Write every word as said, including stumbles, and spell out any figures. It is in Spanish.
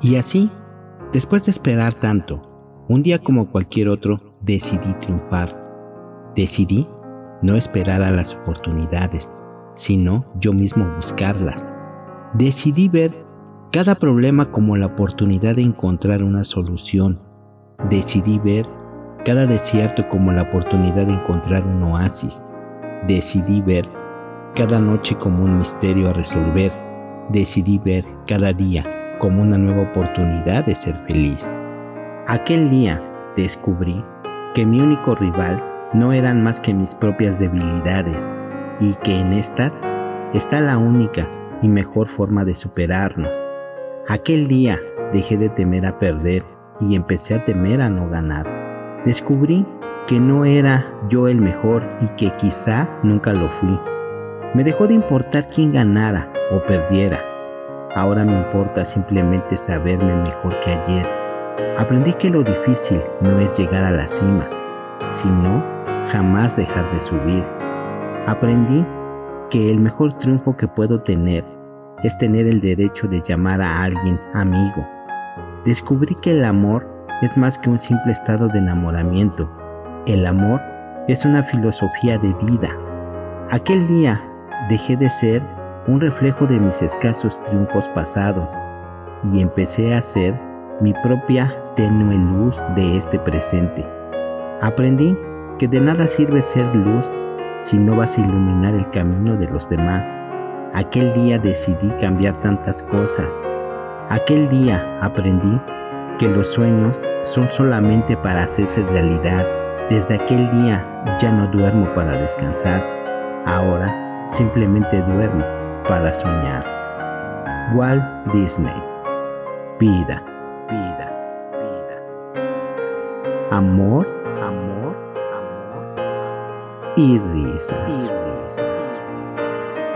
Y así, después de esperar tanto, un día como cualquier otro, decidí triunfar. Decidí no esperar a las oportunidades, sino yo mismo buscarlas. Decidí ver cada problema como la oportunidad de encontrar una solución. Decidí ver cada desierto como la oportunidad de encontrar un oasis. Decidí ver cada noche como un misterio a resolver. Decidí ver cada día como una nueva oportunidad de ser feliz. Aquel día descubrí que mi único rival no eran más que mis propias debilidades y que en estas está la única y mejor forma de superarnos. Aquel día dejé de temer a perder y empecé a temer a no ganar. Descubrí que no era yo el mejor y que quizá nunca lo fui. Me dejó de importar quién ganara o perdiera. Ahora me importa simplemente saberme mejor que ayer. Aprendí que lo difícil no es llegar a la cima, sino jamás dejar de subir. Aprendí que el mejor triunfo que puedo tener es tener el derecho de llamar a alguien amigo. Descubrí que el amor es más que un simple estado de enamoramiento. El amor es una filosofía de vida. Aquel día dejé de ser un reflejo de mis escasos triunfos pasados y empecé a ser mi propia tenue luz de este presente. Aprendí que de nada sirve ser luz si no vas a iluminar el camino de los demás. Aquel día decidí cambiar tantas cosas. Aquel día aprendí que los sueños son solamente para hacerse realidad. Desde aquel día ya no duermo para descansar. Ahora simplemente duermo para soñar. Walt Disney. Vida, vida, vida. Amor, amor, amor y risas. Y risas.